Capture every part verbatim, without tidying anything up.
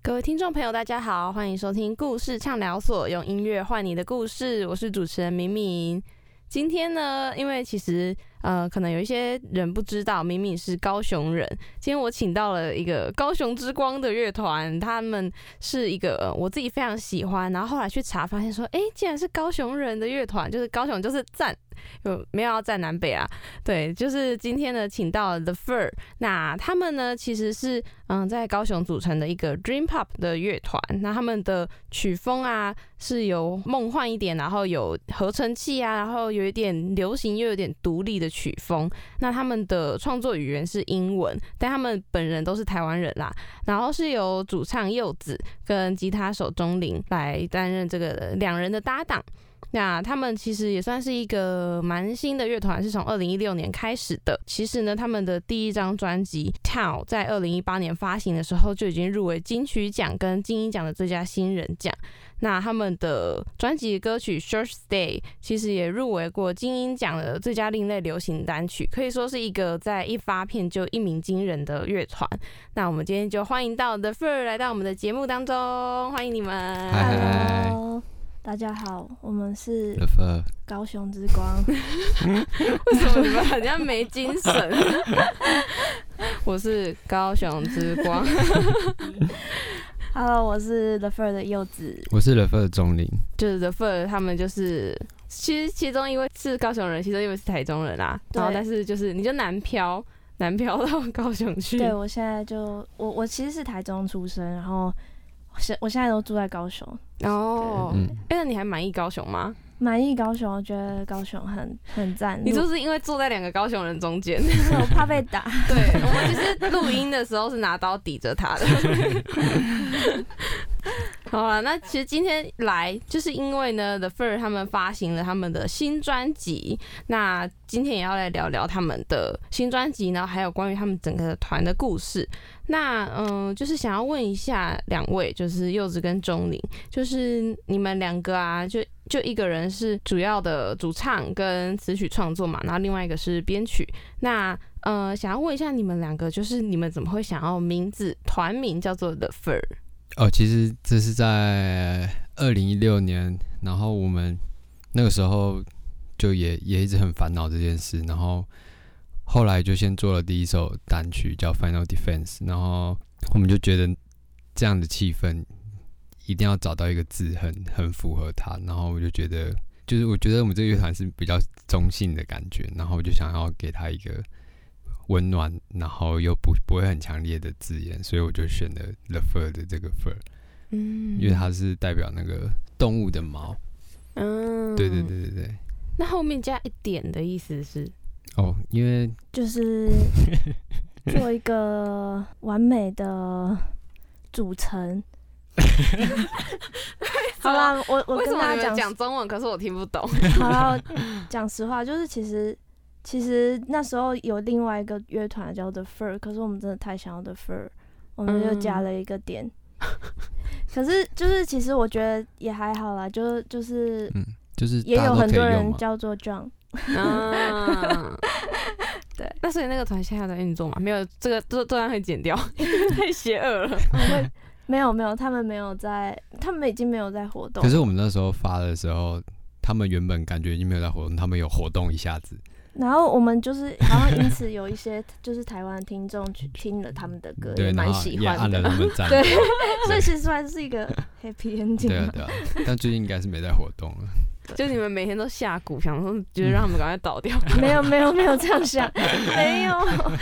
各位听众朋友大家好，欢迎收听故事畅聊所，用音乐换你的故事，我是主持人敏敏。今天呢，因为其实呃，可能有一些人不知道敏敏是高雄人，今天我请到了一个高雄之光的乐团，他们是一个、呃、我自己非常喜欢，然后后来去查发现说，哎，竟然是高雄人的乐团，就是高雄就是赞，有没有要站南北啊？对，就是今天呢，请到了 The Fur， 那他们呢其实是嗯在高雄组成的一个 Dream Pop 的乐团，那他们的曲风啊是有梦幻一点，然后有合成器啊，然后有一点流行又有点独立的曲风。那他们的创作语言是英文，但他们本人都是台湾人啦。然后是由主唱柚子跟吉他手钟林来担任这个两人的搭档。那他们其实也算是一个蛮新的乐团，是从二零一六年开始的。其实呢，他们的第一张专辑《Town》在二零一八年发行的时候就已经入围金曲奖跟金鹰奖的最佳新人奖。那他们的专辑歌曲《Short Stay》其实也入围过金鹰奖的最佳另类流行单曲，可以说是一个在一发片就一鸣惊人的乐团。那我们今天就欢迎到 The Fur 来到我们的节目当中，欢迎你们。 Hello，大家好，我们是高雄之光。 为什么你们好像没精神？我是高雄之光。 Hello， 我是 The Fur 的柚子。 我是 The Fur 的钟林。 就是 The Fur 他们就是，其实其中一位是高雄人，其中一位是台中人啊。然后但是就是你就南漂，南漂到高雄去。 对，我现在就我我其实是台中出生，然后我现在都住在高雄。 哦，哎、嗯，那你还满意高雄吗？ 满意高雄，我觉得高雄很很赞。 你就是因为坐在两个高雄人中间， 我怕被打。 对，我们其实录音的时候是拿刀抵着他的。好了，那其实今天来就是因为呢 The Fur 他们发行了他们的新专辑，那今天也要来聊聊他们的新专辑，然后还有关于他们整个团的故事。那嗯，就是想要问一下两位，就是柚子跟钟林，就是你们两个啊，就就一个人是主要的主唱跟词曲创作嘛，然后另外一个是编曲。那呃，想要问一下你们两个，就是你们怎么会想要名字团名叫做 The Fur？ 哦，其实这是在二零一六年，然后我们那个时候就也也一直很烦恼这件事，然后后来就先做了第一首单曲叫 Final Defense， 然后我们就觉得这样的气氛一定要找到一个字很很符合它，然后我就觉得就是我觉得我们这个乐团是比较中性的感觉，然后我就想要给它一个温暖，然后又 不, 不会很强烈的字眼，所以我就选了 The Fur 的这个 Fur， 嗯，因为它是代表那个动物的毛，嗯，对对对对对。 那后面加一点的意思是？ 哦，因为就是做一个完美的组成。好啦，我我跟大家讲中文，可是我听不懂。 好啦，讲实话，就是其实。其实那时候有另外一个乐团叫 The Fur， 可是我们真的太想要 The Fur， 我们就加了一个点。嗯、可是就是其实我觉得也还好啦，就就是、 嗯、就是也有很多人叫做 John。 啊、对，那所以那个团现在在运作吗？没有，这个这这段会剪掉，太邪恶了。 嗯、没有没有，他们没有在，他们已经没有在活动。 可是我们那时候发的时候，他们原本感觉已经没有在活动，他们有活动一下子。 然后我们就是好像因此有一些就是台湾听众去听了他们的歌，也蛮喜欢的， 按了他们赞。 对，所以其实算是一个 happy ending。 对啊对啊，但最近应该是没在活动了。 就你们每天都下蛊，想说觉得让他们赶快倒掉。 没有没有没有这样想，没有。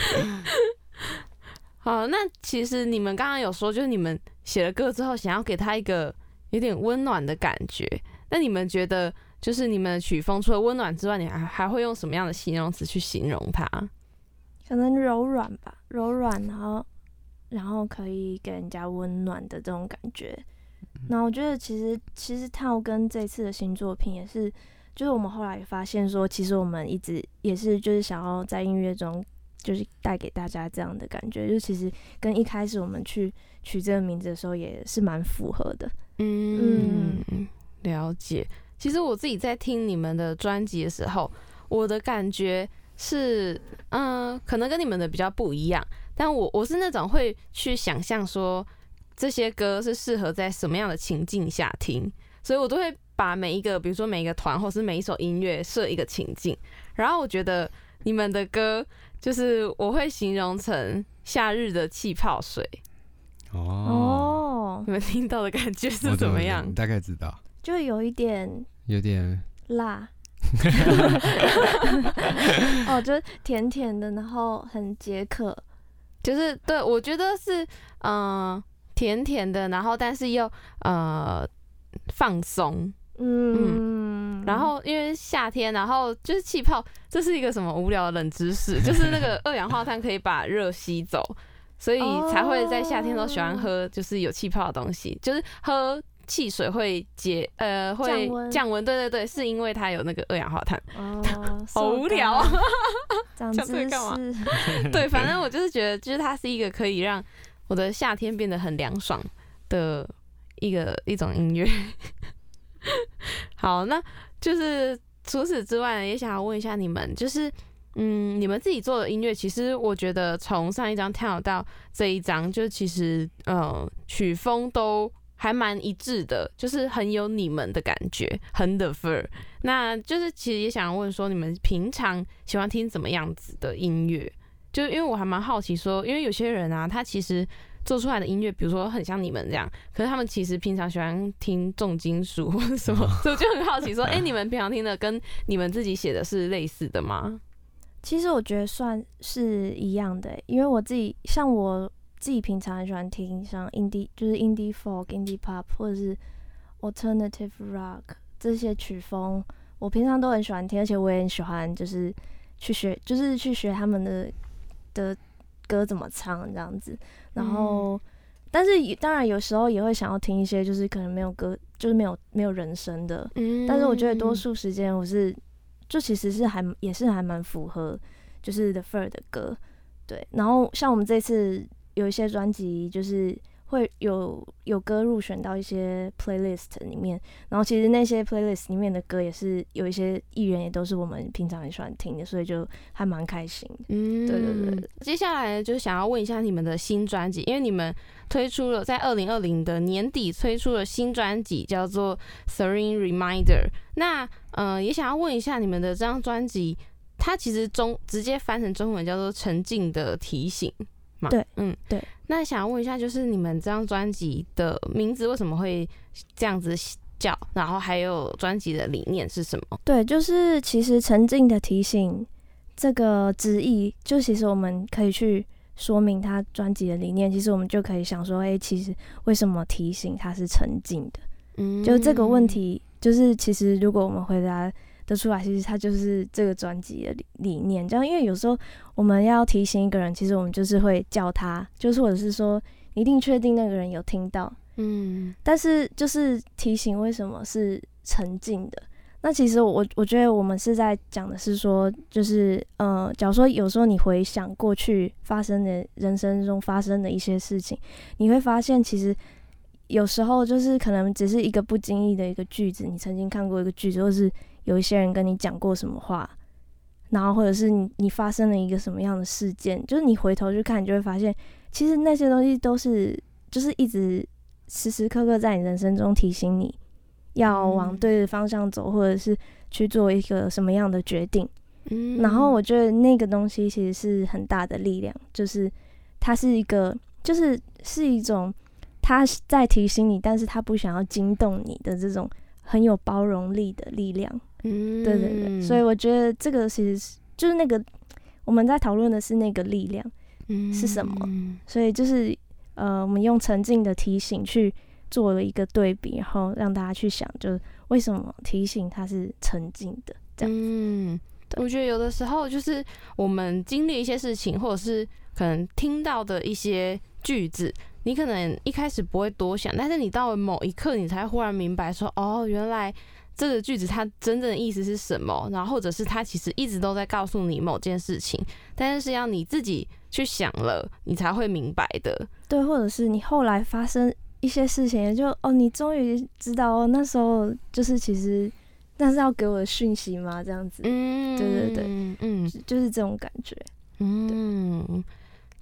好，那其实你们刚刚有说，就是你们写了歌之后，想要给他一个有点温暖的感觉。那你们觉得？就是你们的曲风除了温暖之外，你还还会用什么样的形容词去形容它？ 可能柔软吧，柔软，然后然后可以给人家温暖的这种感觉。那我觉得其实其实套跟这次的新作品也是，就是我们后来也发现说，其实我们一直也是就是想要在音乐中就是带给大家这样的感觉，就其实跟一开始我们去取这个名字的时候也是蛮符合的。 嗯，嗯了解。其实我自己在听你们的专辑的时候，我的感觉是，嗯，可能跟你们的比较不一样。但我我是那种会去想象说， 这些歌是适合在什么样的情境下听，所以我都会把每一个，比如说每一个团或是每一首音乐设一个情境，然后我觉得你们的歌就是我会形容成夏日的气泡水。 哦， 你们听到的感觉是怎么样？ 你大概知道， 就有一点有点辣。哦，就是甜甜的，然后很解渴， 就是对我觉得是嗯、呃、甜甜的，然后但是又呃放松，嗯, 嗯，然后因为夏天，然后就是气泡，这是一个什么无聊的冷知识，就是那个二氧化碳可以把热吸走，所以才会在夏天都喜欢喝就是有气泡的东西，就是喝汽水会解呃会降温，对对对，是因为它有那个二氧化碳。 哦， 好无聊啊！ 长知识干嘛？ 对，反正我就是觉得，就是它是一个可以让我的夏天变得很凉爽的一个一种音乐。好，那就是除此之外呢，也想要问一下你们，就是嗯，你们自己做的音乐，其实我觉得从上一张跳到这一张，就其实呃曲风都还蛮一致的，就是很有你们的感觉，很 The Fur。那就是其实也想问说，你们平常喜欢听怎么样子的音乐？就因为我还蛮好奇说，因为有些人啊，他其实做出来的音乐，比如说很像你们这样，可是他们其实平常喜欢听重金属或者什么，所以我就很好奇说，哎、欸，你们平常听的跟你们自己写的是类似的吗？ 其实我觉得算是一样的、欸，因为我自己像我自己平常很喜欢听像 indie 就是 indie folk、indie pop 或者是 alternative rock 这些曲风，我平常都很喜欢听，而且我也很喜欢就是去学，就是去学他们的的歌怎么唱这样子。然后，嗯、但是当然有时候也会想要听一些就是可能没有歌，就是没有没有人声的。嗯、但是我觉得多数时间我是。就其实是还也是还蛮符合，就是 The Fur 的歌，对。然后像我们这次有一些专辑，就是会有有歌入选到一些 playlist 里面，然后其实那些 playlist 里面的歌也是有一些艺人也都是我们平常很喜欢听的，所以就还蛮开心的。嗯，对对对。 接下来就想要问一下你们的新专辑，因为你们推出了在二零二零的年底推出了新专辑，叫做 Serene Reminder。那呃，也想要问一下你们的这张专辑，它其实中直接翻成中文叫做沉静的提醒嘛？ 对， 嗯， 对。 那想要问一下，就是你们这张专辑的名字为什么会这样子叫？然后还有专辑的理念是什么？ 对，就是其实沉静的提醒这个直译，就其实我们可以去说明他专辑的理念。其实我们就可以想说，哎、欸，其实为什么提醒它是沉静的？嗯，就这个问题。就是其实如果我们回答得出来，其实它就是这个专辑的理念。这样，因为有时候我们要提醒一个人，其实我们就是会叫他，就是或者是说你一定确定那个人有听到，嗯。但是就是提醒为什么是沉静的？那其实我我觉得我们是在讲的是说，就是呃，假如说有时候你回想过去发生的人生中发生的一些事情，你会发现其实。有时候就是可能只是一个不经意的一个句子，你曾经看过一个句子，或是有一些人跟你讲过什么话，然后或者是你你发生了一个什么样的事件，就是你回头去看，你就会发现，其实那些东西都是就是一直时时刻刻在你人生中提醒你要往对的方向走，或者是去做一个什么样的决定。嗯，然后我觉得那个东西其实是很大的力量，就是它是一个，就是是一种。他在提醒你，但是他不想要惊动你的这种很有包容力的力量。嗯，对对对，所以我觉得这个其实是就是那个我们在讨论的是那个力量是什么，嗯、所以就是呃，我们用沉静的提醒去做了一个对比，然后让大家去想，就是为什么提醒它是沉静的这样子。嗯， 我觉得有的时候就是我们经历一些事情，或者是可能听到的一些句子。你可能一开始不会多想，但是你到了某一刻，你才忽然明白说，哦，原来这个句子它真正的意思是什么，然后或者是它其实一直都在告诉你某件事情，但是是要你自己去想了，你才会明白的。 对，或者是你后来发生一些事情，就哦，你终于知道哦，那时候就是其实那是要给我的讯息吗？这样子，嗯，对对对，嗯，就是这种感觉， 嗯。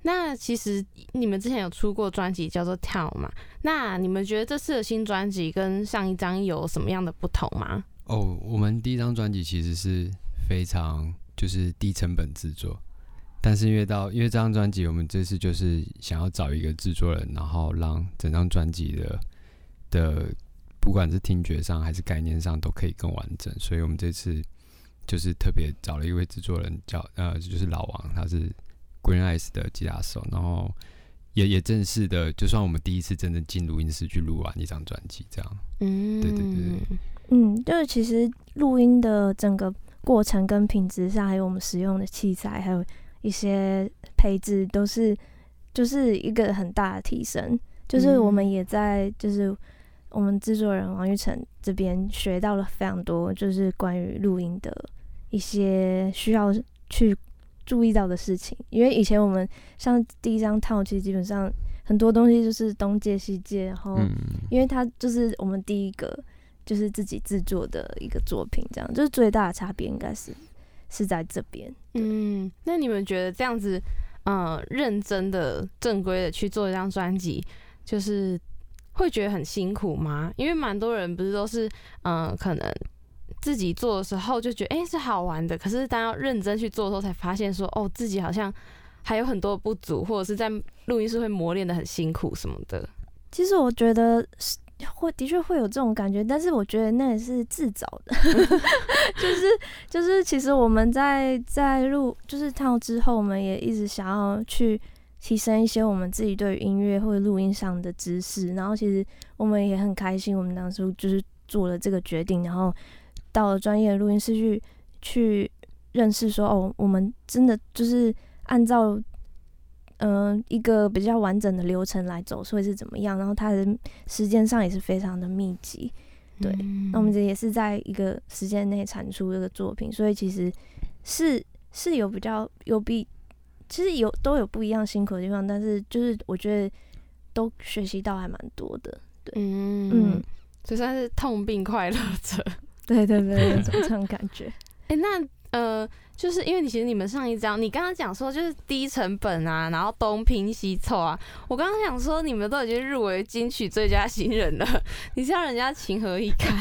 那其实你们之前有出过专辑叫做《跳》嘛？那你们觉得这次的新专辑跟上一张有什么样的不同吗？ 哦，我们第一张专辑其实是非常就是低成本制作，但是因为到因为这张专辑，我们这次就是想要找一个制作人，然后让整张专辑的的不管是听觉上还是概念上都可以更完整，所以我们这次就是特别找了一位制作人叫呃就是老王，他是 Green Eyes 的吉他手，然后也也正式的，就算我们第一次真正进录音室去录完一张专辑，这样。嗯，对对对对。 嗯，就是其实录音的整个过程跟品质上，还有我们使用的器材，还有一些配置，都是就是一个很大的提升。就是我们也在就是我们制作人王玉成这边学到了非常多，就是关于录音的一些需要去注意到的事情。因为以前我们像第一张套，其实基本上很多东西就是东借西借，然后因为它就是我们第一个就是自己制作的一个作品，这样就是最大的差别应该是是在这边。 嗯，那你们觉得这样子，嗯、呃，认真的、正规的去做一张专辑，就是会觉得很辛苦吗？因为蛮多人不是都是，嗯、呃，可能自己做的时候就觉得，哎、欸，是好玩的，可是当要认真去做的时候，才发现说，哦，自己好像还有很多不足，或者是在录音室会磨练的很辛苦什么的。 其实我觉得会的确会有这种感觉，但是我觉得那也是自找的，就是就是其实我们在在录就是套之后，我们也一直想要去提升一些我们自己对于音乐或者录音上的知识，然后其实我们也很开心，我们当时就是做了这个决定，然后到了专业的录音室去去认识说，哦，我们真的就是按照嗯、呃，一个比较完整的流程来走，所以是怎么样？然后它的时间上也是非常的密集，对。嗯、那我们这也是在一个时间内产出这个作品，所以其实是是有比较有比，其实有都有不一样辛苦的地方，但是就是我觉得都学习到还蛮多的，对， 嗯嗯，所以算是痛并快乐着， 对对对，有种这种感觉。 哎、欸，那呃。就是因为你其实你们上一张，你刚刚讲说就是低成本啊，然后东拼西凑啊。我刚刚想说你们都已经入围金曲最佳新人了，你是让人家情何以堪？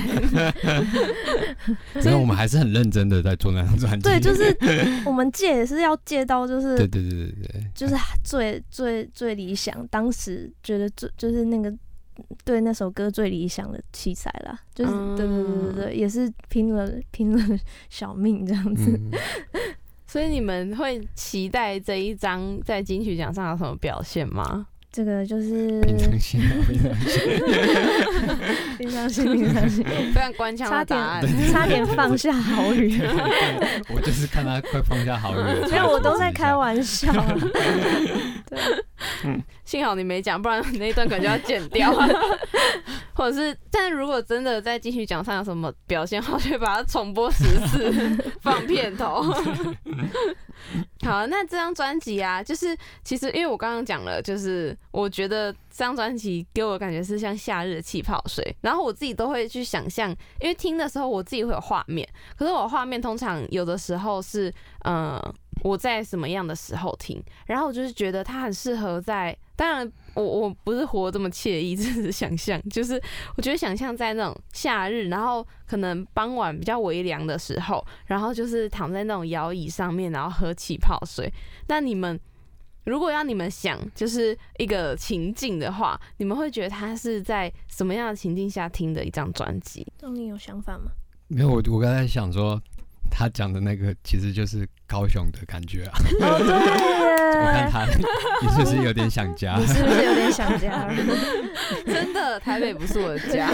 没有，我们还是很认真的在做那张专辑。 对，就是我们借也是要借到，就是对对对对对， 就是最最最理想，当时觉得最就是那个。对那首歌最理想的器材啦，就是、嗯、对对对对对，也是拼了拼了小命这样子。嗯、 所以你们会期待这一张在金曲奖上有什么表现吗？ 这个就是平常心，平常心， 平常心，平常心， 非常官腔的答案， 差点放下豪语。 我就是看他快放下豪语， 没有，我都在开玩笑。对， 嗯，幸好你没讲，不然那一段可能就要剪掉。或者是，但如果真的在金曲奖上有什么表现好，就会把它重播十次，放片头。好，那这张专辑啊，就是其实因为我刚刚讲了，就是我觉得这张专辑给我的感觉是像夏日的气泡水，然后我自己都会去想象，因为听的时候我自己会有画面，可是我画面通常有的时候是呃我在什么样的时候听，然后我就是觉得它很适合在，当然我我不是活得这么惬意，只是想象，就是我觉得想象在那种夏日，然后可能傍晚比较微凉的时候，然后就是躺在那种摇椅上面，然后喝气泡水。那你们如果要你们想就是一个情境的话，你们会觉得它是在什么样的情境下听的一张专辑？ 那你有想法吗？ 没有，我我刚才想说。他讲的那个其实就是高雄的感觉啊！ 哦，对耶！ 我看他，你是不是有点想家？ 你是不是有点想家？ 真的，台北不是我的家，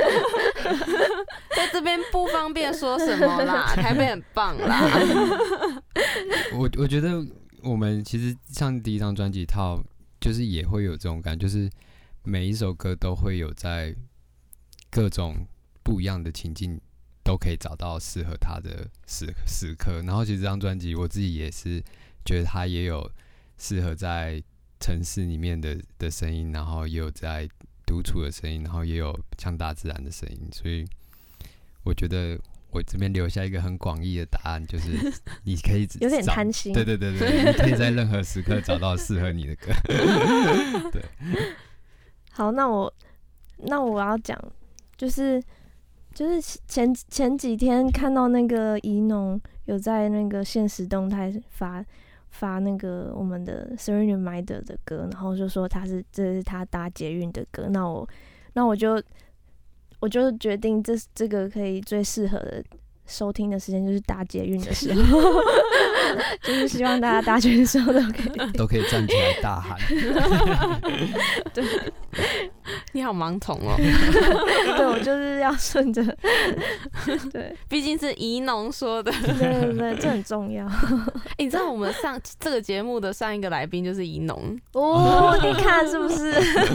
在这边不方便说什么啦。台北很棒啦。 我我觉得我们其实上第一张专辑套，就是也会有这种感觉，就是每一首歌都会有在各种不一样的情境。都可以找到适合他的时时刻，然后其实这张专辑我自己也是觉得它也有适合在城市里面的的声音，然后也有在独处的声音，然后也有像大自然的声音，所以我觉得我这边留下一个很广义的答案，就是你可以有点贪心， 对对对对，你可以在任何时刻找到适合你的歌。对， 好，那我那我要讲，就是就是前前几天看到那个宜农有在那个限时动态发发那个我们的 Serena Minder 的歌，然后就说他是这是他搭捷运的歌，那我那我就。我就决定这这个可以最适合的收听的时间就是搭捷运的时候，就是希望大家搭捷运的时候都可以都可以站起来大喊。 对， 你好盲从哦。 对，我就是要顺着。对， 毕竟是宜农说的。 对对对，这很重要。 欸、你知道我们上这个节目的上一个来宾就是宜农哦，你看是不是？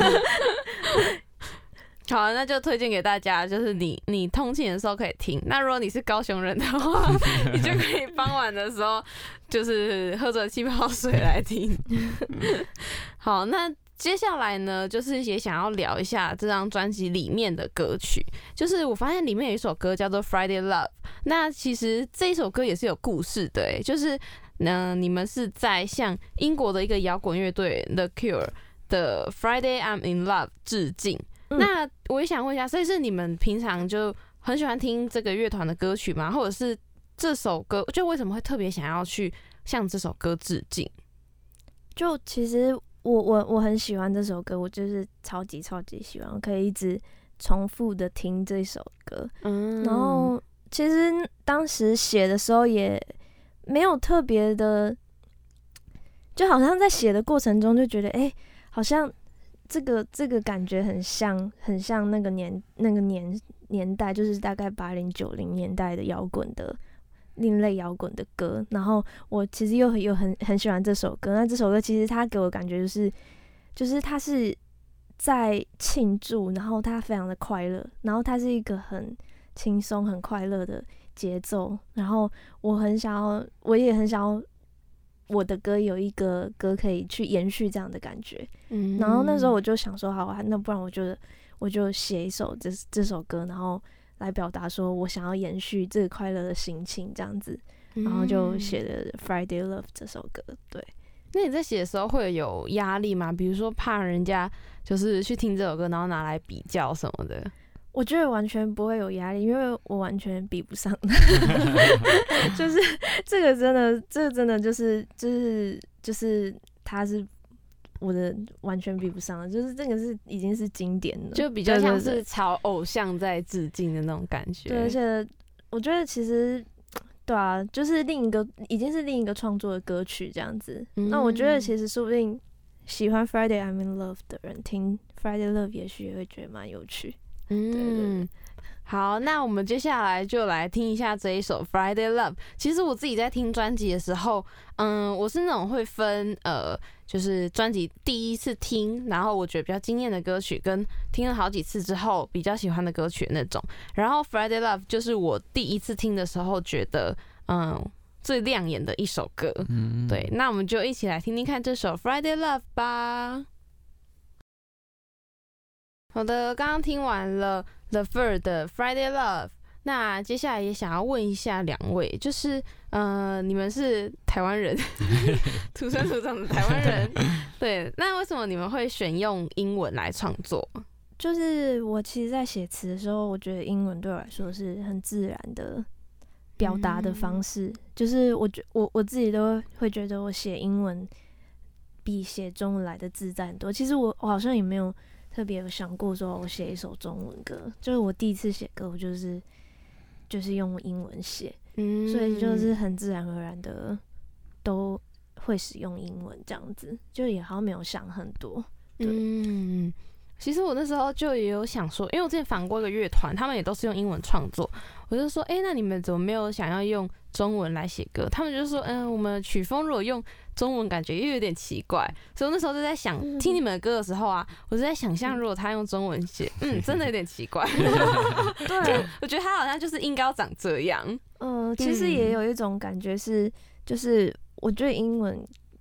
好，那就推荐给大家，就是你你通勤的时候可以听。那如果你是高雄人的话，你就可以傍晚的时候就是喝着气泡水来听。好，那接下来呢，就是也想要聊一下这张专辑里面的歌曲。就是我发现里面有一首歌叫做《Friday Love》，那其实这一首歌也是有故事的，哎，就是呢，你们是在向英国的一个摇滚乐队 The Cure 的《Friday I'm in Love》致敬。那我也想问一下，所以是你们平常就很喜欢听这个乐团的歌曲吗？或者是这首歌，就为什么会特别想要去向这首歌致敬？ 就其实我我我很喜欢这首歌，我就是超级超级喜欢，我可以一直重复的听这首歌。嗯，然后其实当时写的时候也没有特别的，就好像在写的过程中就觉得，哎、欸，好像。这个这个感觉很像，很像那个年那个年年代，就是大概八零九零年代的摇滚的另类摇滚的歌。然后我其实又有很很喜欢这首歌。那这首歌其实它给我感觉就是，就是它是在庆祝，然后它非常的快乐，然后它是一个很轻松、很快乐的节奏。然后我很想要，我也很想要。我的歌有一个歌可以去延续这样的感觉，嗯，然后那时候我就想说，好啊，那不然我就我就写一首这这首歌，然后来表达说我想要延续这个快乐的心情这样子，然后就写了《Friday Love》这首歌。对， 那你在写的时候会有压力吗？比如说怕人家就是去听这首歌，然后拿来比较什么的？ 我觉得完全不会有压力，因为我完全比不上。就是这个真的，这个真的就是就是就是他是我的完全比不上的，就是这个是已经是经典了， 就比较像是朝偶像在致敬的那种感觉。 对，而且我觉得其实对啊，就是另一个已经是另一个创作的歌曲这样子。嗯、那我觉得其实说不定喜欢 Friday I'm in Love 的人听 Friday Love 也许也会觉得蛮有趣。嗯，对对对， 好，那我们接下来就来听一下这一首 Friday Love。其实我自己在听专辑的时候，嗯，我是那种会分呃，就是专辑第一次听，然后我觉得比较惊艳的歌曲，跟听了好几次之后比较喜欢的歌曲那种。然后 Friday Love 就是我第一次听的时候觉得，嗯，最亮眼的一首歌。嗯，对，那我们就一起来听听看这首 Friday Love 吧。好的，刚刚听完了 The Verve 的 Friday Love， 那接下来也想要问一下两位，就是呃，你们是台湾人，土生土长的台湾人，对，那为什么你们会选用英文来创作？ 就是我其实，在写词的时候，我觉得英文对我来说是很自然的表达的方式，嗯、就是我觉我我自己都会觉得我写英文比写中文来的自在很多。其实我我好像也没有。特别有想过说，我写一首中文歌，就是我第一次写歌，我就是就是用英文写，嗯，所以就是很自然而然的都会使用英文这样子，就也好像没有想很多。对， 嗯，其实我那时候就也有想说，因为我之前访过一个乐团，他们也都是用英文创作，我就说，哎、欸，那你们怎么没有想要用中文来写歌？他们就说，嗯、呃，我们曲风如果用中文感觉又有点奇怪，所以我那时候就在想，听你们的歌的时候啊，我就在想象如果他用中文写，嗯，真的有点奇怪。对，我觉得他好像就是应该要长这样。 嗯、呃，其实也有一种感觉是，就是我觉得英文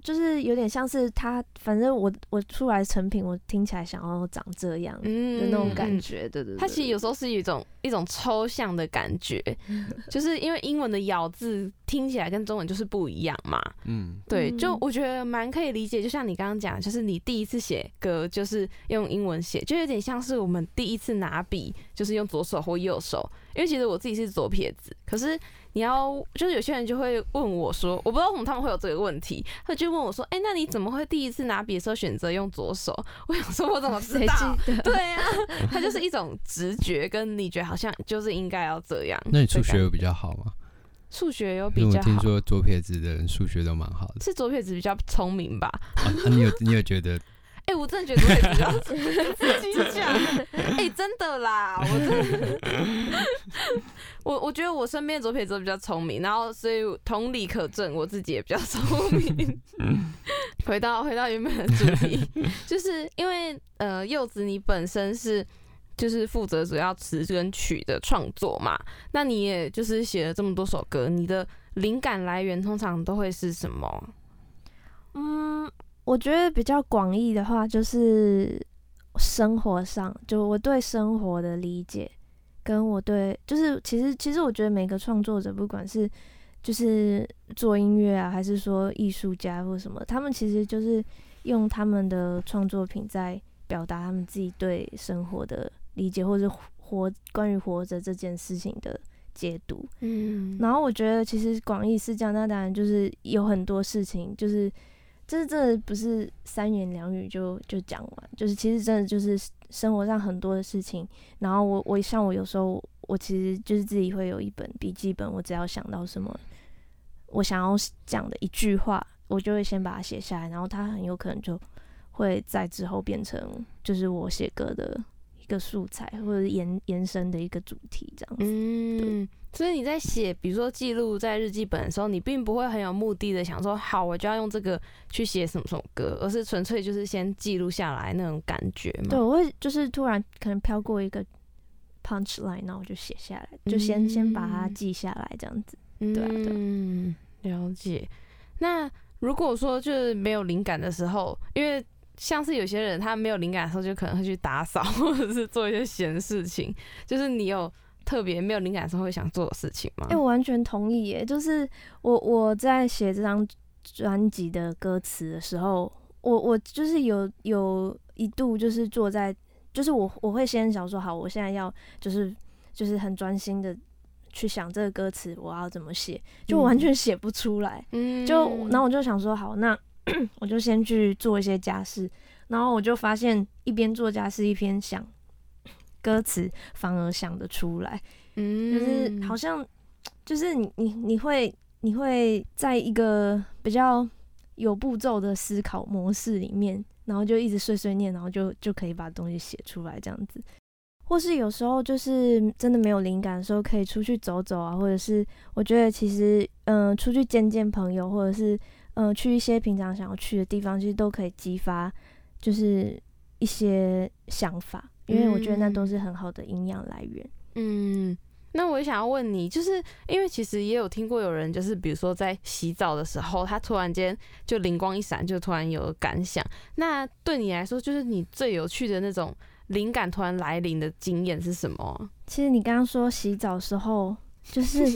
就是有点像是他，反正我我出来的成品，我听起来想要长这样的那种感觉，嗯、对, 对对对。 它其实有时候是一种一种抽象的感觉，就是因为英文的咬字听起来跟中文就是不一样嘛。嗯，对，就我觉得蛮可以理解。就像你刚刚讲，就是你第一次写歌就是用英文写，就有点像是我们第一次拿笔就是用左手或右手。因为其实我自己是左撇子，可是你要就是有些人就会问我说，我不知道为什么他们会有这个问题，他就问我说，哎、欸，那你怎么会第一次拿笔的时候选择用左手？我想说，我怎么知道？对啊，它就是一种直觉，跟你觉得好像就是应该要这样。 那你数学有比较好吗？ 数学有比较好。 我听说左撇子的人数学都蛮好的， 是左撇子比较聪明吧？ 啊，啊你有你有觉得？ 哎、欸，我真的觉得左撇子比较自己讲，哎、欸，真的啦，我真的，我我觉得我身边的左撇子都比较聪明，然后所以同理可证，我自己也比较聪明。回到回到原本的主题，就是因为呃，柚子你本身是就是负责主要词跟曲的创作嘛，那你也就是写了这么多首歌，你的灵感来源通常都会是什么？ 嗯。我觉得比较广义的话，就是生活上，就我对生活的理解，跟我对，就是其实其实我觉得每个创作者，不管是就是做音乐啊，还是说艺术家或什么，他们其实就是用他们的创作品在表达他们自己对生活的理解，或是活关于活着这件事情的解读。嗯，然后我觉得其实广义是这样，那当然就是有很多事情就是。这真的不是三言两语就就讲完，就是其实真的就是生活上很多的事情。然后我我像我有时候我其实就是自己会有一本笔记本，我只要想到什么我想要讲的一句话，我就会先把它写下来，然后它很有可能就会在之后变成就是我写歌的一个素材，或者延延伸的一个主题这样子。嗯， 所以你在写，比如说记录在日记本的时候，你并不会很有目的的想说，好，我就要用这个去写什么什么歌，而是纯粹就是先记录下来那种感觉嘛。 对，我会就是突然可能飘过一个 punch line， 然后我就写下来，就先、嗯、先把它记下来这样子。对啊，对啊。 嗯，了解。那如果说就是没有灵感的时候，因为像是有些人他没有灵感的时候，就可能会去打扫或者是做一些闲事情，就是你有特别没有灵感的时候会想做的事情吗？ 哎、欸，我完全同意耶。就是我我在写这张专辑的歌词的时候，我我就是有有一度就是坐在，就是我我会先想说，好，我现在要就是就是很专心的去想这个歌词我要怎么写，就完全写不出来。嗯，就然后我就想说，好，那我就先去做一些家事，然后我就发现一边做家事一边想歌词，反而想得出来。嗯，就是好像就是你你你会你会在一个比较有步骤的思考模式里面，然后就一直碎碎念，然后就就可以把东西写出来这样子。或是有时候就是真的没有灵感的时候，可以出去走走啊，或者是我觉得其实嗯、呃、出去见见朋友，或者是嗯、呃、去一些平常想要去的地方，其实都可以激发就是一些想法，因为我觉得那都是很好的营养来源。 嗯，那我也想要问你，就是因为其实也有听过有人就是比如说在洗澡的时候，他突然间就灵光一闪，就突然有感想。那对你来说，就是你最有趣的那种灵感突然来临的经验是什么？ 其实你刚刚说洗澡的时候，就是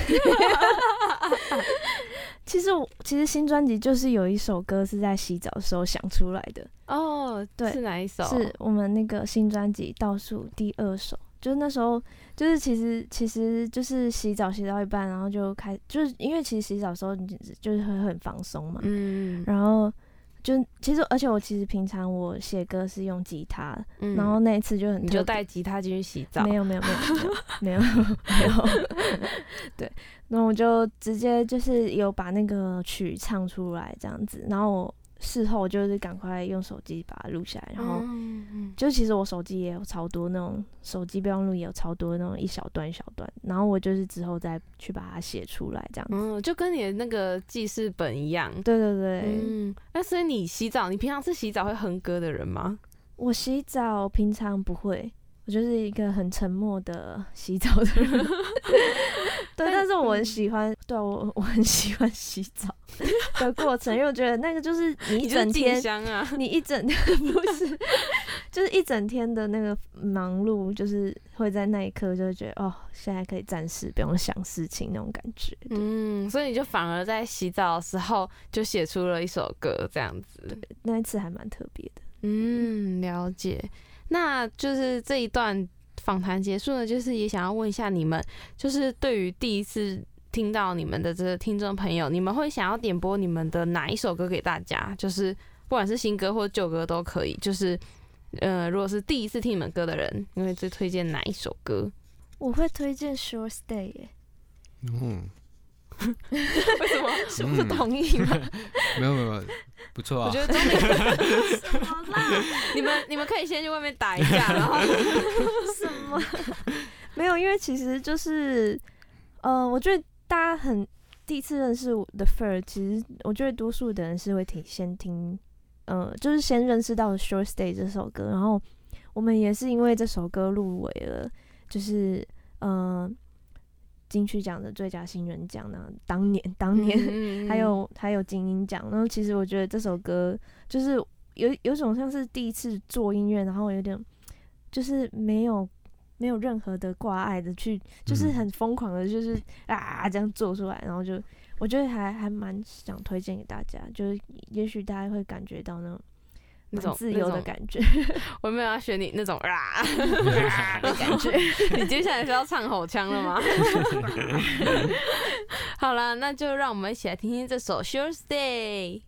其实我其实新专辑就是有一首歌是在洗澡的时候想出来的。 哦，对，是哪一首？ 是我们那个新专辑倒数第二首。就是那时候，就是其实其实就是洗澡洗到一半，然后就开，就是因为其实洗澡的时候你就是会很放松嘛，嗯，然后就其实而且我其实平常我写歌是用吉他，嗯，然后那一次就很， 你就带吉他进去洗澡？ 没有没有没有没有没有没有，对，然后我就直接就是有把那个曲唱出来这样子，然后我事后就是赶快用手机把它录下来，然后就其实我手机也有超多那种手机备忘录也有超多那种一小段一小段，然后我就是之后再去把它写出来这样子。 嗯，就跟你的那个记事本一样。 对对对。 嗯，那所以你洗澡，你平常是洗澡会哼歌的人吗？ 我洗澡平常不会， 我就是一个很沉默的洗澡的人，对，但是我很喜欢，对啊，我我很喜欢洗澡的过程，因为我觉得那个就是你一整天， 你, 香啊、 你一整不是，就是一整天的那个忙碌，就是会在那一刻就会觉得哦，现在可以暂时不用想事情那种感觉。 嗯，所以你就反而在洗澡的时候就写出了一首歌，这样子。 对，那一次还蛮特别的。 嗯，了解。那就是这一段访谈结束呢，就是也想要问一下你们，就是对于第一次听到你们的这个听众朋友，你们会想要点播你们的哪一首歌给大家？就是不管是新歌或旧歌都可以。就是呃，如果是第一次听你们歌的人，你会最推荐哪一首歌？ 我会推荐 Short Stay 耶。 嗯， 为什么？ 是不同意吗？ 没有没有，不错啊。 我觉得重点什么啦？ 你们你们可以先去外面打一架，然后什么？没有，因为其实就是呃，我觉得大家很第一次认识我的 Fur， 其实我觉得多数的人是会听先听，呃，就是先认识到 Short Stay 这首歌，然后我们也是因为这首歌入围了，就是呃。金曲奖的最佳新人奖呢，当年当年、嗯、还有还有金鹰奖，然后其实我觉得这首歌就是有有种像是第一次做音乐，然后有点就是没有没有任何的挂碍的去，就是很疯狂的，就是啊这样做出来，然后就我觉得还还蛮想推荐给大家，就是也许大家会感觉到那种。那种自由的感觉， 我没有要学你那种啊的感觉。你接下来是要唱吼腔了吗？好啦，那就让我们一起来听听这首《Short Stay》。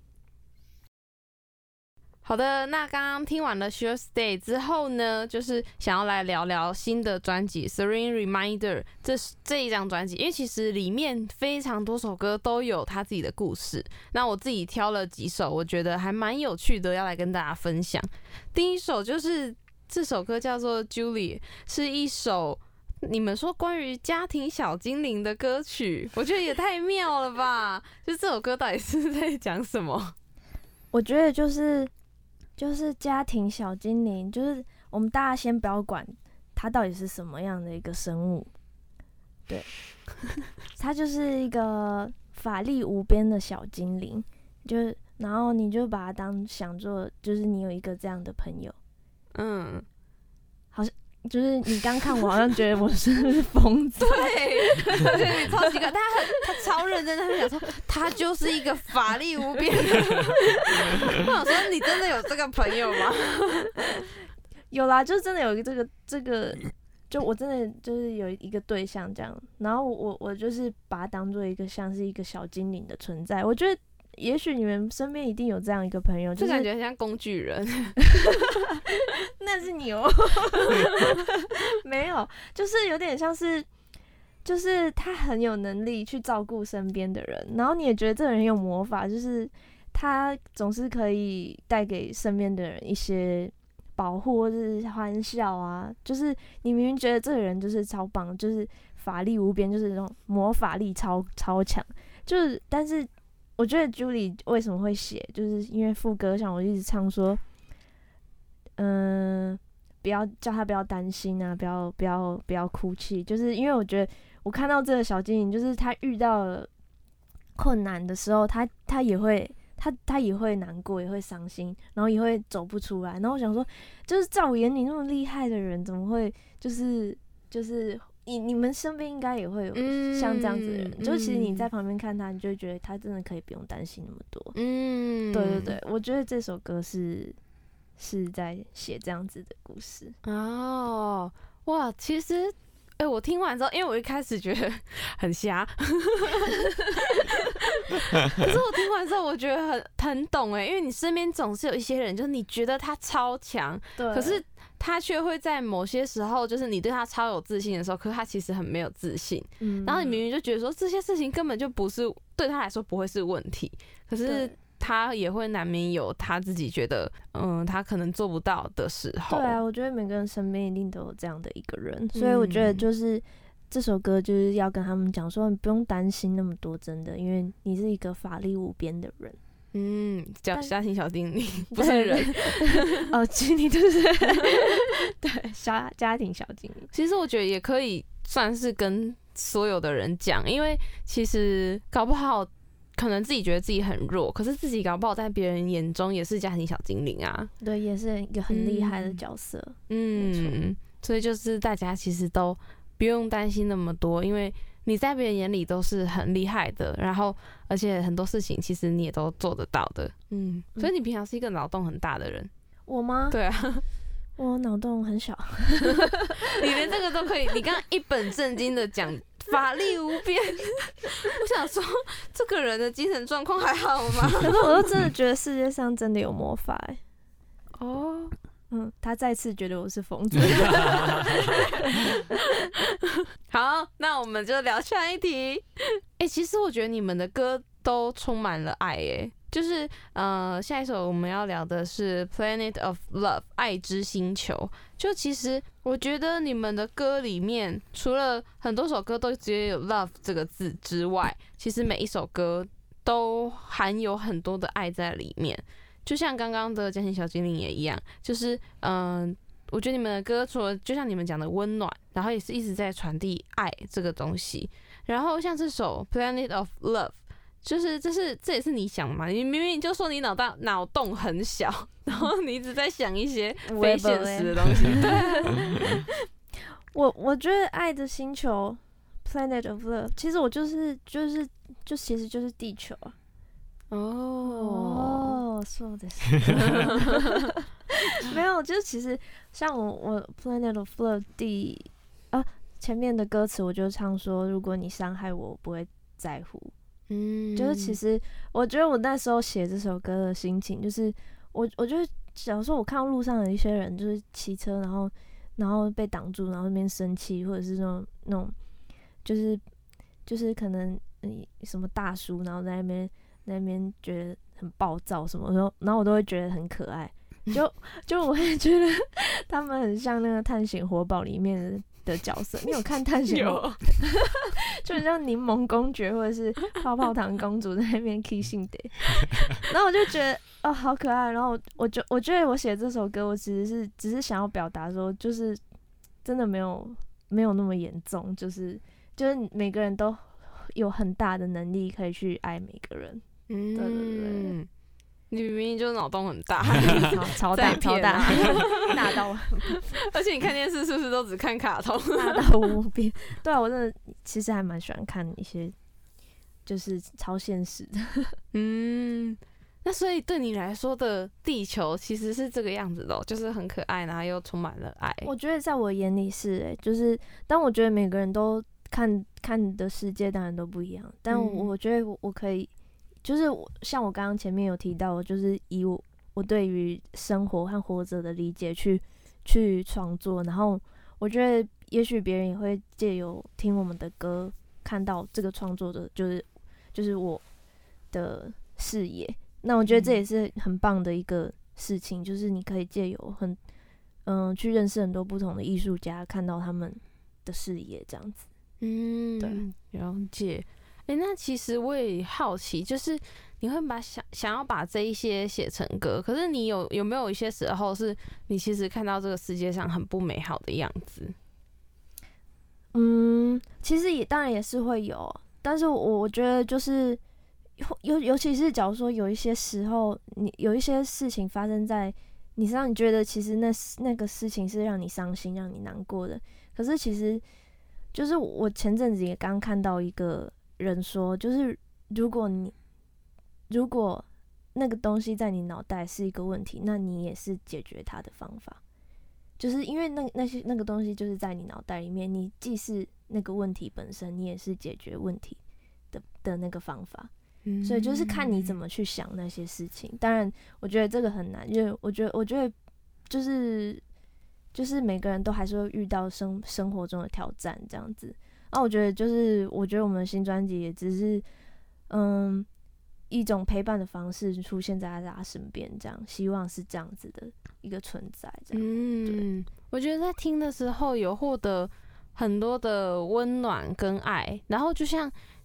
好的，那刚刚听完了《Short Stay》之后呢，就是想要来聊聊新的专辑《Serene Reminder》这这一张专辑，因为其实里面非常多首歌都有他自己的故事。那我自己挑了几首，我觉得还蛮有趣的，要来跟大家分享。第一首就是这首歌叫做《Julie》，是一首你们说关于家庭小精灵的歌曲，我觉得也太妙了吧！就这首歌到底是在讲什么？ 我觉得就是。就是家庭小精灵，就是我们大家先不要管它到底是什么样的一个生物，对，它就是一个法力无边的小精灵，就是然后你就把它当想做，就是你有一个这样的朋友，嗯，好像就是你刚看我好像觉得我是不是疯子？ 对，对，超奇怪，他很他超认真，他想说他就是一个法力无边的。我想说你真的有这个朋友吗？ 有啦，就是真的有这个这个，就我真的就是有一个对象这样，然后我我就是把它当做一个像是一个小精灵的存在，我觉得。也许你们身边一定有这样一个朋友，就是就感觉很像工具人。 那是你哦，没有，就是有点像是，就是他很有能力去照顾身边的人，然后你也觉得这个人很有魔法，就是他总是可以带给身边的人一些保护或是欢笑啊，就是你明明觉得这个人就是超棒，就是法力无边，就是那种魔法力超超强，就是但是。我觉得 Julie 为什么会写，就是因为副歌上我一直唱说，嗯、呃，不要叫他不要担心啊，不要不要不要哭泣，就是因为我觉得我看到这个小精灵，就是他遇到了困难的时候，他他也会他他也会难过，也会伤心，然后也会走不出来。然后我想说，就是在我眼里那么厉害的人，怎么会就是就是。你你们身边应该也会有像这样子的人，嗯、就其实你在旁边看他，你就会觉得他真的可以不用担心那么多。嗯，对对对，我觉得这首歌是是在写这样子的故事。 哦，哇，其实，哎、欸，我听完之后，因为我一开始觉得很瞎，可是我听完之后，我觉得很很懂哎，因为你身边总是有一些人，就是你觉得他超强，可是。他却会在某些时候，就是你对他超有自信的时候，可是他其实很没有自信。嗯，然后你明明就觉得说这些事情根本就不是对他来说不会是问题，可是他也会难免有他自己觉得，嗯，他可能做不到的时候。 对啊，我觉得每个人身边一定都有这样的一个人，所以我觉得就是这首歌就是要跟他们讲说，你不用担心那么多，真的，因为你是一个法力无边的人。 嗯，家家庭小精灵不是人哦，精灵就是对家家庭小精灵。 其实我觉得也可以算是跟所有的人讲，因为其实搞不好可能自己觉得自己很弱，可是自己搞不好在别人眼中也是家庭小精灵啊。 对，也是一个很厉害的角色。 嗯，所以就是大家其实都不用担心那么多，因为你在别人眼里都是很厉害的，然后而且很多事情其实你也都做得到的。嗯，所以你平常是一个脑洞很大的人。 我吗？ 对啊， 我脑洞很小。 你连这个都可以，你刚刚一本正经的讲法力无边，我想说这个人的精神状况还好吗？ 可是我都真的觉得世界上真的有魔法哎、欸。 哦， 嗯，他再次觉得我是疯子。 好，那我们就聊下一题。哎、欸，其实我觉得你们的歌都充满了爱、欸，哎，就是呃，下一首我们要聊的是《Planet of Love》爱之星球。就其实我觉得你们的歌里面，除了很多首歌都直接有 love 这个字之外，其实每一首歌都含有很多的爱在里面。就像刚刚的家庭小精灵也一样，就是嗯、呃，我觉得你们的歌除了就像你们讲的温暖，然后也是一直在传递爱这个东西。然后像这首 Planet of Love， 就是这是这也是你想的嘛？你明明就说你脑大脑洞很小，然后你一直在想一些非现实的东西。对， 我我觉得爱的星球 Planet of Love， 其实我就是就是就其实就是地球啊。 哦哦，そうです。没有，就是其实像我我 Planet of Love 第啊前面的歌词，我就唱说，如果你伤害我，我不会在乎。 嗯， 就是其实我觉得我那时候写这首歌的心情，就是我我就想说，我看到路上的一些人就是骑车，然后然后被挡住，然后那边生气，或者是那种那种就是就是可能嗯什么大叔，然后在那边。那边觉得很暴躁什么，然后然后我都会觉得很可爱，就就我会觉得他们很像那个《探险活宝》里面的的角色。你有看《探险活宝》？就很像柠檬公爵或者是泡泡糖公主在那边 kissing day， 然后我就觉得哦好可爱。然后我就我觉得我写这首歌，我只是只是想要表达说，就是真的没有没有那么严重，就是就是每个人都有很大的能力可以去爱每个人。 嗯， 对对对， 你明明就脑洞很大， 超大超大，大到， 而且你看电视是不是都只看卡通？ 大到无边。对啊，我真的其实还蛮喜欢看一些就是超现实的。 嗯，那所以对你来说的地球其实是这个样子的、喔，就是很可爱，然后又充满了爱。 我觉得在我眼里是哎、欸，就是但我觉得每个人都看看的世界当然都不一样，但我我觉得我我可以。就是像我刚刚前面有提到，就是以我我对于生活和活着的理解去去创作，然后我觉得也许别人也会借由听我们的歌，看到这个创作的，就是就是我的视野。那我觉得这也是很棒的一个事情，就是你可以借由很嗯、呃、去认识很多不同的艺术家，看到他们的视野，这样子。 嗯，对，了解。哎、欸，那其实我也好奇，就是你会把想想要把这一些写成歌，可是你有有没有一些时候是你其实看到这个世界上很不美好的样子？ 嗯，其实也当然也是会有，但是我我觉得就是尤尤其是假如说有一些时候，你有一些事情发生在你身上，你觉得其实那那个事情是让你伤心、让你难过的，可是其实就是我前阵子也刚看到一个。人说，就是如果你如果那个东西在你脑袋是一个问题，那你也是解决它的方法，就是因为那那些那个东西就是在你脑袋里面，你既是那个问题本身，你也是解决问题的的那个方法，嗯、所以就是看你怎么去想那些事情。当然，我觉得这个很难，因为我觉得我觉得就是就是每个人都还是会遇到生生活中的挑战这样子。那、啊、我觉得就是，我觉得我们的新专辑也只是，嗯，一种陪伴的方式出现在大家身边，这样，希望是这样子的一个存在。这样， 嗯，我觉得在听的时候有获得很多的温暖跟爱，然后就像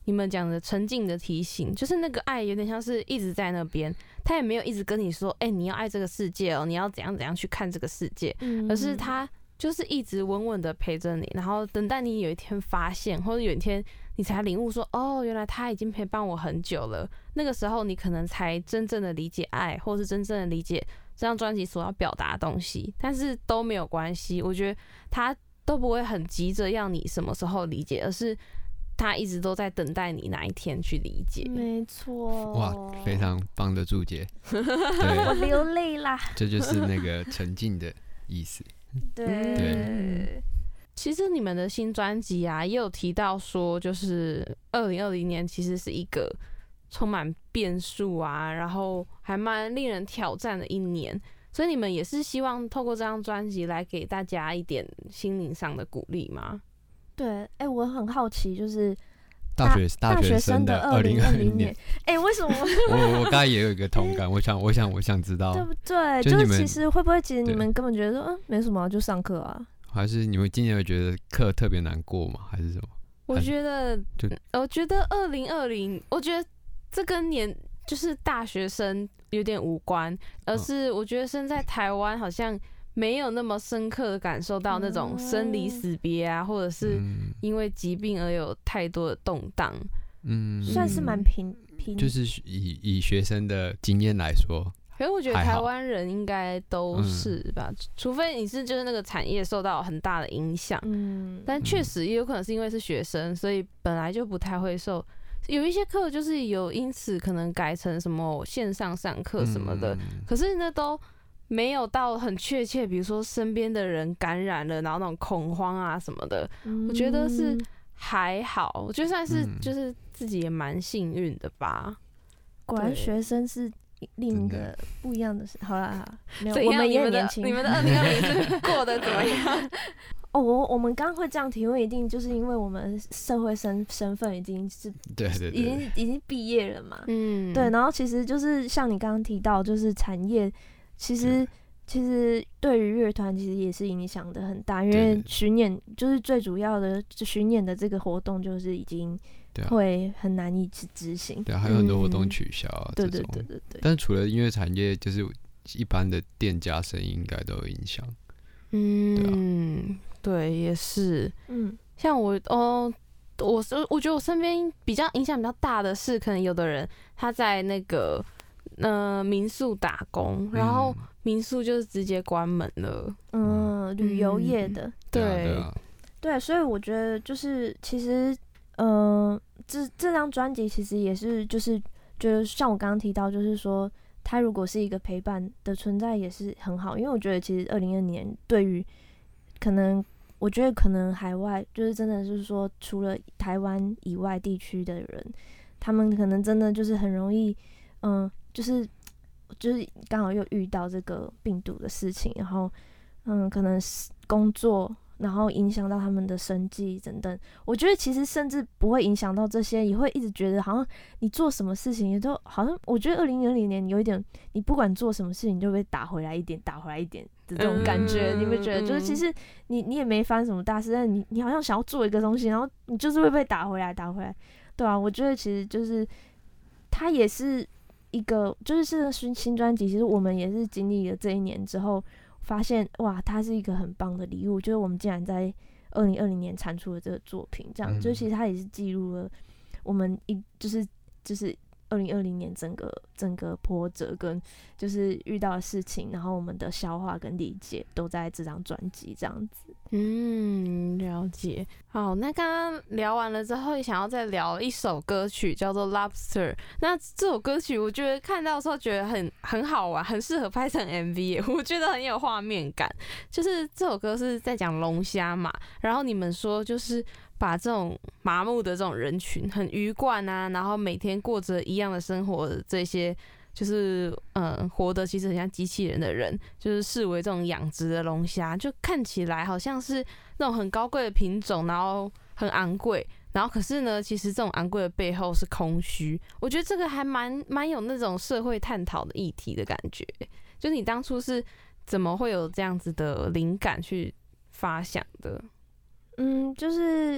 你们讲的沉静的提醒，就是那个爱有点像是一直在那边，他也没有一直跟你说，哎、欸，你要爱这个世界哦，你要怎样怎样去看这个世界，嗯、而是他就是一直稳稳的陪着你，然后等待你有一天发现，或者有一天你才领悟说，哦，原来他已经陪伴我很久了。那个时候你可能才真正的理解爱，或是真正的理解这张专辑所要表达的东西，但是都没有关系。我觉得他都不会很急着要你什么时候理解，而是他一直都在等待你哪一天去理解。 没错， 哇，非常棒的注解。对， 我流泪啦。 这就是那个沉浸的意思。 对。 对， 其实你们的新专辑啊，也有提到说，就是二零二零年其实是一个充满变数啊，然后还蛮令人挑战的一年。所以你们也是希望透过这张专辑来给大家一点心灵上的鼓励吗？ 对，哎、欸，我很好奇，就是大学大学生的二零二零年， 哎、欸，为什么我我刚才也有一个同感，我想我想我想知道， 对不对？ 就就是其实会不会，其实你们根本觉得说，嗯，没什么，就上课啊？ 还是你们今年有觉得课特别难过吗？还是什么？ 我觉得，我觉得二零二零，我觉得这跟年就是大学生有点无关，而是我觉得身在台湾好像没有那么深刻的感受到那种生离死别啊，或者是因为疾病而有太多的动荡。 嗯， 算是蛮平平， 就是以以学生的经验来说。 可是我觉得台湾人应该都是吧、嗯，除非你是就是那个产业受到很大的影响，嗯，但确实也有可能是因为是学生，所以本来就不太会受。有一些课就是有因此可能改成什么线上上课什么的、嗯，可是那都没有到很确切，比如说身边的人感染了，然后那种恐慌啊什么的，嗯、我觉得是还好，我觉得算是就是自己也蛮幸运的吧。 果然学生是另一个不一样的事。好啦，好啦，没有，我们也很年轻。 你们的二零二零是过得怎么样？ 哦，我我们刚刚会这样提问，一定就是因为我们社会身身份已经是对对对， 已经已经毕业了嘛。 嗯， 对。然后其实就是像你刚刚提到，就是产业其实其实对于乐团其实也是影响的很大，因为巡演就是最主要的巡演的这个活动就是已经会很难以去执行。 对啊，还有很多活动取消啊、嗯。 对对对对对。 但是除了音乐产业，就是一般的店家生意应该都有影响。 嗯，对啊。对，也是，嗯，像我哦，我我觉得我身边比较影响比较大的是，可能有的人他在那个呃民宿打工，然后民宿就是直接关门了， 嗯，旅游业的，嗯、 对对、啊对, 啊、 对，所以我觉得就是其实，嗯、呃，这这张专辑其实也是就是觉得像我刚刚提到，就是说它如果是一个陪伴的存在也是很好，因为我觉得其实二零二零年对于可能。我觉得可能海外就是真的就是说，除了台湾以外地区的人，他们可能真的就是很容易，嗯，就是就是刚好又遇到这个病毒的事情，然后嗯，可能工作，然后影响到他们的生计等等。我觉得其实甚至不会影响到这些，也会一直觉得好像你做什么事情也都好像，我觉得二零二零年有一点，你不管做什么事情就被打回来一点，打回来一点。的这种感觉、嗯，你会觉得就是其实你你也没发生什么大事，但你你好像想要做一个东西，然后你就是会被打回来，打回来，对啊，我觉得其实就是它也是一个，就是这个新新专辑，其实我们也是经历了这一年之后，发现哇，它是一个很棒的礼物，就是我们竟然在二零二零年产出了这个作品，这样，嗯、就其实它也是记录了我们一就是就是。二零二零年整个整个波折跟就是遇到的事情，然后我们的消化跟理解都在这张专辑这样子。 嗯，了解。好，那刚刚聊完了之后，也想要再聊一首歌曲，叫做《Lobster》。那这首歌曲，我觉得看到的时候觉得很很好玩，很适合拍成 M V 耶，我觉得很有画面感。就是这首歌是在讲龙虾嘛，然后你们说就是把这种麻木的这种人群，很鱼贯啊，然后每天过着一样的生活的这些，就是嗯，活得其实很像机器人的人，就是视为这种养殖的龙虾，就看起来好像是那种很高贵的品种，然后很昂贵，然后可是呢，其实这种昂贵的背后是空虚。我觉得这个还蛮蛮有那种社会探讨的议题的感觉。就是你当初是怎么会有这样子的灵感去发想的？ 嗯，就是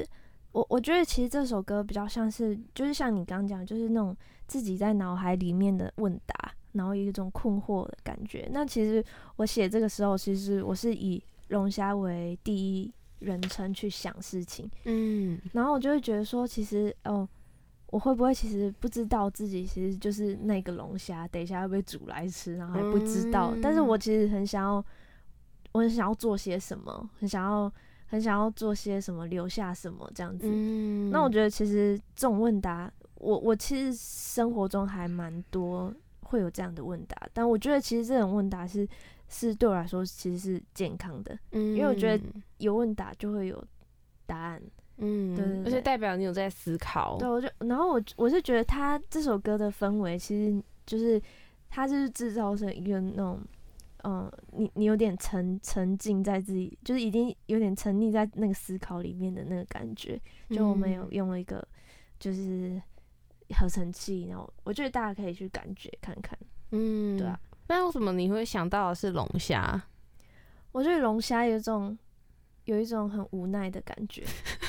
我我觉得其实这首歌比较像是，就是像你刚刚讲，就是那种自己在脑海里面的问答，然后有一种困惑的感觉。那其实我写这个时候，其实我是以龙虾为第一人称去想事情， 嗯， 然后我就会觉得说，其实哦，我会不会其实不知道自己其实就是那个龙虾，等一下会被煮来吃，然后还不知道。嗯、但是我其实很想要，我很想要做些什么，很想要。很想要做些什么，留下什么这样子。嗯、那我觉得其实这种问答，我我其实生活中还蛮多会有这样的问答，但我觉得其实这种问答是是对我来说其实是健康的，嗯、因为我觉得有问答就会有答案。嗯，对, 对, 对， 而且代表你有在思考。 对，我就然后我我是觉得他这首歌的氛围，其实就是他就是制造成一个那种。嗯，你你有点沉沉浸在自己，就是已经有点沉溺在那个思考里面的那个感觉。就我们有用了一个就是合成器，然后我觉得大家可以去感觉看看。嗯，对啊。 那为什么你会想到的是龙虾？ 我觉得龙虾有一种有一种很无奈的感觉。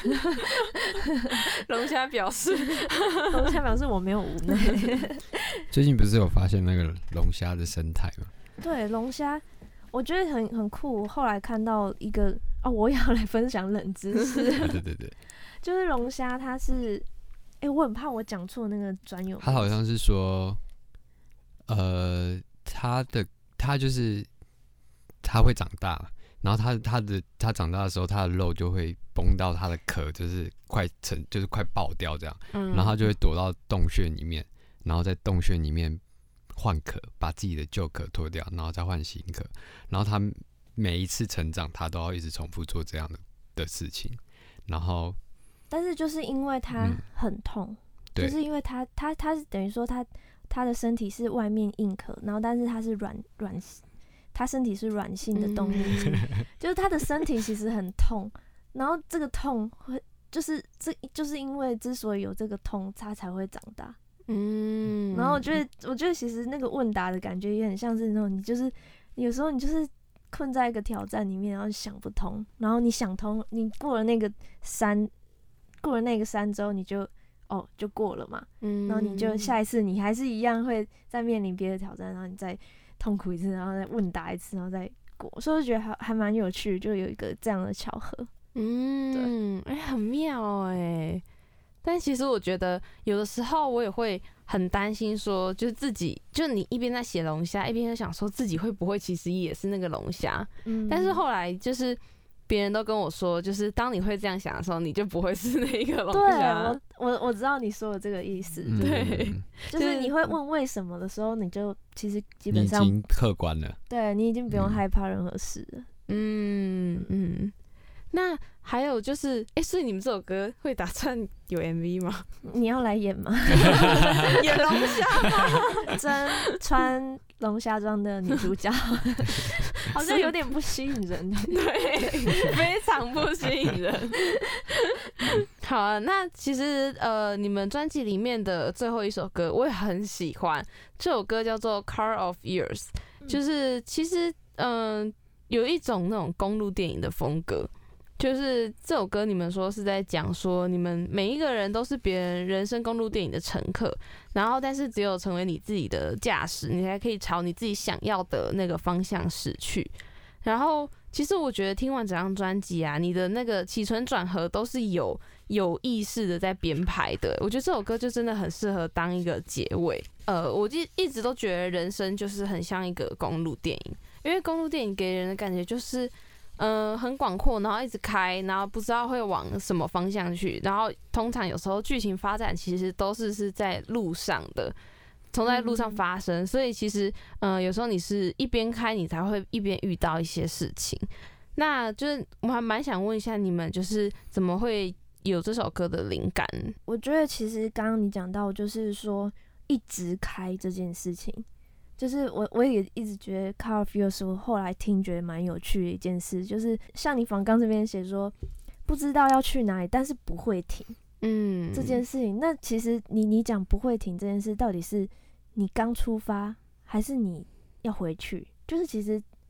龙虾表示， 龙虾表示我没有无奈。 最近不是有发现那个龙虾的生态吗？ 对，龙虾我觉得很很酷。后来看到一个哦，我也要来分享冷知识。 对对对， 就是龙虾它是，哎、欸，我很怕我讲错那个专有名词。 它好像是说，呃，它的它就是它会长大，然后它它的它长大的时候，它的肉就会崩到它的壳，就是快成就是快爆掉这样，嗯、然后它就会躲到洞穴里面，然后在洞穴里面。换壳，把自己的旧壳脱掉，然后再换新壳。然后他每一次成长，他都要一直重复做这样的的事情。然后， 但是就是因为他很痛，嗯、就是因为他他他是等于说他他的身体是外面硬壳，然后但是他是软软，他身体是软性的动物，嗯、就是他的身体其实很痛。然后这个痛会就是这就是因为之所以有这个痛，他才会长大。嗯，然后我觉得，我觉得其实那个问答的感觉也很像是那种，你就是有时候你就是困在一个挑战里面，然后想不通，然后你想通，你过了那个山，过了那个山之后，你就哦就过了嘛，嗯，然后你就下一次你还是一样会再面临别的挑战，然后你再痛苦一次，然后再问答一次，然后再过，所以我觉得还还蛮有趣，就有一个这样的巧合。 嗯，哎、欸，很妙哎、欸。但其实我觉得有的时候我也会很担心说，就是自己，就是你一边在写龙虾，一边在想说自己会不会其实也是那个龙虾。嗯，但是后来就是别人都跟我说，就是当你会这样想的时候，你就不会是那一个龙虾。 对，我我我知道你说的这个意思。嗯、 对， 就是你会问为什么的时候，你就其实基本上你已经客观了。 对，你已经不用害怕任何事了。 嗯嗯。那还有就是，哎、欸，所以你们这首歌会打算有 M V 吗？ 你要来演吗？ 演龙虾吗？ 真穿龙虾装的女主角，好像有点不吸引人。 对，非常不吸引人。好啊，那其实呃，你们专辑里面的最后一首歌我也很喜欢，这首歌叫做《Car of Years》，就是其实嗯、呃，有一种那种公路电影的风格。就是这首歌，你们说是在讲说，你们每一个人都是别人人生公路电影的乘客，然后但是只有成为你自己的驾驶，你才可以朝你自己想要的那个方向驶去。然后，其实我觉得听完整张专辑啊，你的那个起承转合都是有有意识的在编排的。我觉得这首歌就真的很适合当一个结尾。呃，我一一直都觉得人生就是很像一个公路电影，因为公路电影给人的感觉就是。嗯、呃，很广阔，然后一直开，然后不知道会往什么方向去，然后通常有时候剧情发展其实都是是在路上的，从在路上发生，嗯、所以其实嗯、呃，有时候你是一边开，你才会一边遇到一些事情。那就是我还蛮想问一下你们，就是怎么会有这首歌的灵感？ 我觉得其实刚刚你讲到，就是说一直开这件事情。就是我，我也一直觉得《Car of Years》我后来听觉得蛮有趣的一件事，就是像你访纲这边写说，不知道要去哪里，但是不会停，嗯，这件事情。那其实你你讲不会停这件事，到底是你刚出发，还是你要回去？就是其实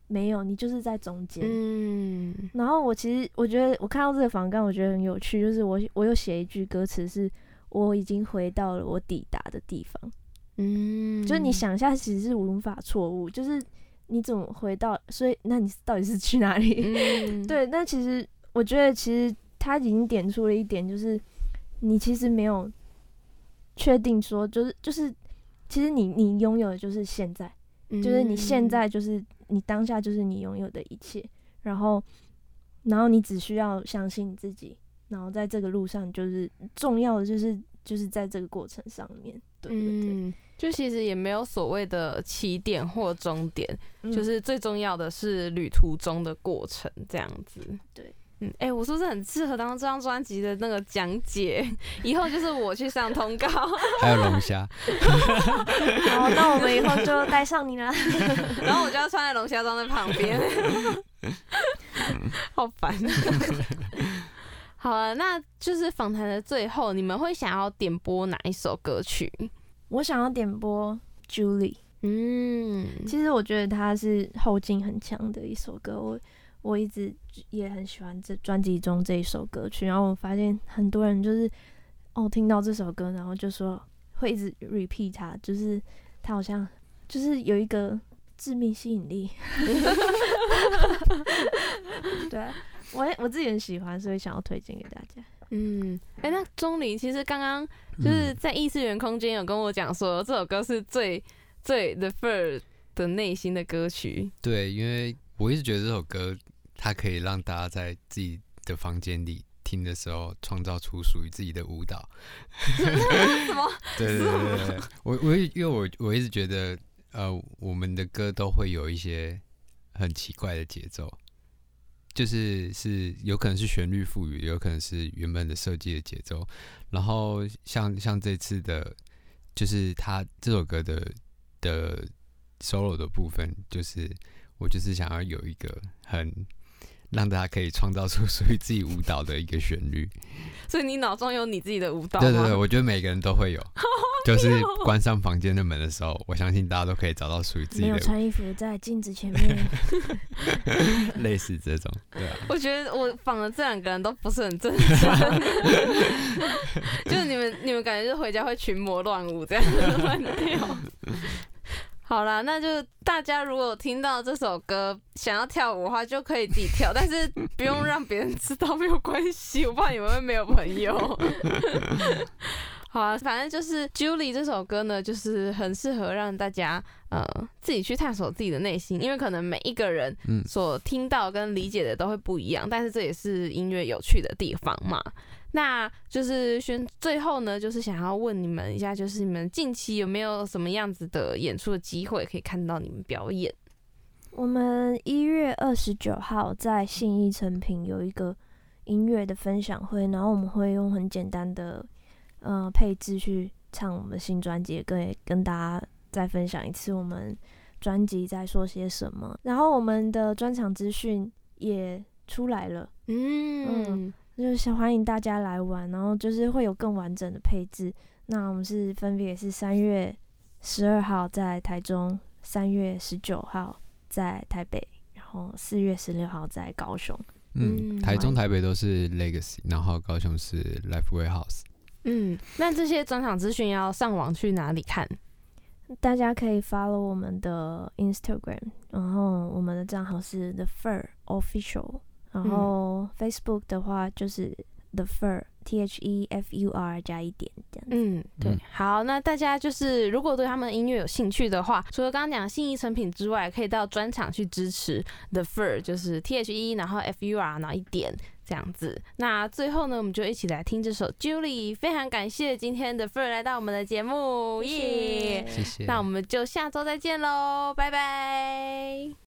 没有，你就是在中间。 嗯， 然后我其实我觉得我看到这个访纲，我觉得很有趣，就是我我有写一句歌词是我已经回到了我抵达的地方。嗯，就是你想一下，其实是无法错误，就是你怎么回到，所以那你到底是去哪里？嗯、对，那其实我觉得其实他已经点出了一点，就是你其实没有确定说，就是就是其实你你拥有的就是现在。就是你现在就是你当下就是你拥有的一切，然后然后你只需要相信你自己，然后在这个路上就是重要的就是就是在这个过程上面，对对对， 嗯，就其实也没有所谓的起点或终点，嗯、就是最重要的是旅途中的过程这样子， 对。 嗯，哎、欸，我是不是很适合当这张专辑的那个讲解？以后就是我去上通告， 还有龙虾。 好，那我们以后就带上你了。 然后我就要穿在龙虾装在旁边，好烦。好了，那就是访谈的最后，你们会想要点播哪一首歌曲？ 我想要点播 Julie。嗯，其实我觉得它是后劲很强的一首歌，我。我一直也很喜欢这专辑中这一首歌曲，然后我发现很多人就是哦听到这首歌，然后就说会一直 repeat 它，就是它好像就是有一个致命吸引力。对，我我自己很喜欢，所以想要推荐给大家。 嗯，哎、欸，那钟离其实刚刚就是在异次元空间有跟我讲说，这首歌是最最 The Fur 的内心的歌曲。 对，因为我一直觉得这首歌它可以让大家在自己的房间里听的时候创造出属于自己的舞蹈。 什么？ 对对对对，我我因为我我一直觉得呃我们的歌都会有一些很奇怪的节奏，就是是有可能是旋律赋予，有可能是原本的设计的节奏。然后像像这次的，就是他这首歌的的 solo 的部分，就是我就是想要有一个很让大家可以创造出属于自己舞蹈的一个旋律。 所以你脑中有你自己的舞蹈吗？ 对对对，我觉得每个人都会有。就是关上房间的门的时候，我相信大家都可以找到属于自己的。 没有穿衣服在镜子前面。 类似这种，对啊。 我觉得我访的这两个人都不是很正常。就是你们你们感觉就是回家会群魔乱舞这样乱跳。好啦，那就大家如果听到这首歌想要跳舞的话，就可以自己跳，但是不用让别人知道，没有关系，我怕你们会没有朋友。好啊，反正就是《Julie》这首歌呢，就是很适合让大家呃自己去探索自己的内心，因为可能每一个人所听到跟理解的都会不一样，但是这也是音乐有趣的地方嘛。那就是宣最后呢，就是想要问你们一下，就是你们近期有没有什么样子的演出的机会可以看到你们表演？ 我们一月二十九号在信义诚品有一个音乐的分享会，然后我们会用很简单的呃配置去唱我们的新专辑，跟跟大家再分享一次我们专辑在说些什么。然后我们的专场资讯也出来了，嗯。嗯就是欢迎大家来玩，然后就是会有更完整的配置。那我们是分别是三月十二号在台中，三月十九号在台北，然后四月十六号在高雄。 嗯，台中、台北都是 Legacy， 然后高雄是 Lifeway House。 嗯，那这些专场资讯要上网去哪里看？ 大家可以 follow 我们的 Instagram， 然后我们的账号是 The Fur Official。然后 Facebook 的话就是 The Fur T H E F U R 加一点这样子。 嗯，对。好，那大家就是如果对他们的音乐有兴趣的话，除了刚刚讲信义诚品之外，可以到专场去支持 The Fur， 就是 T H E 然后 F U R 然后一点这样子。那最后呢，我们就一起来听这首 Julie。非常感谢今天的 Fur 来到我们的节目，耶！ 谢谢。 那我们就下周再见喽，拜拜。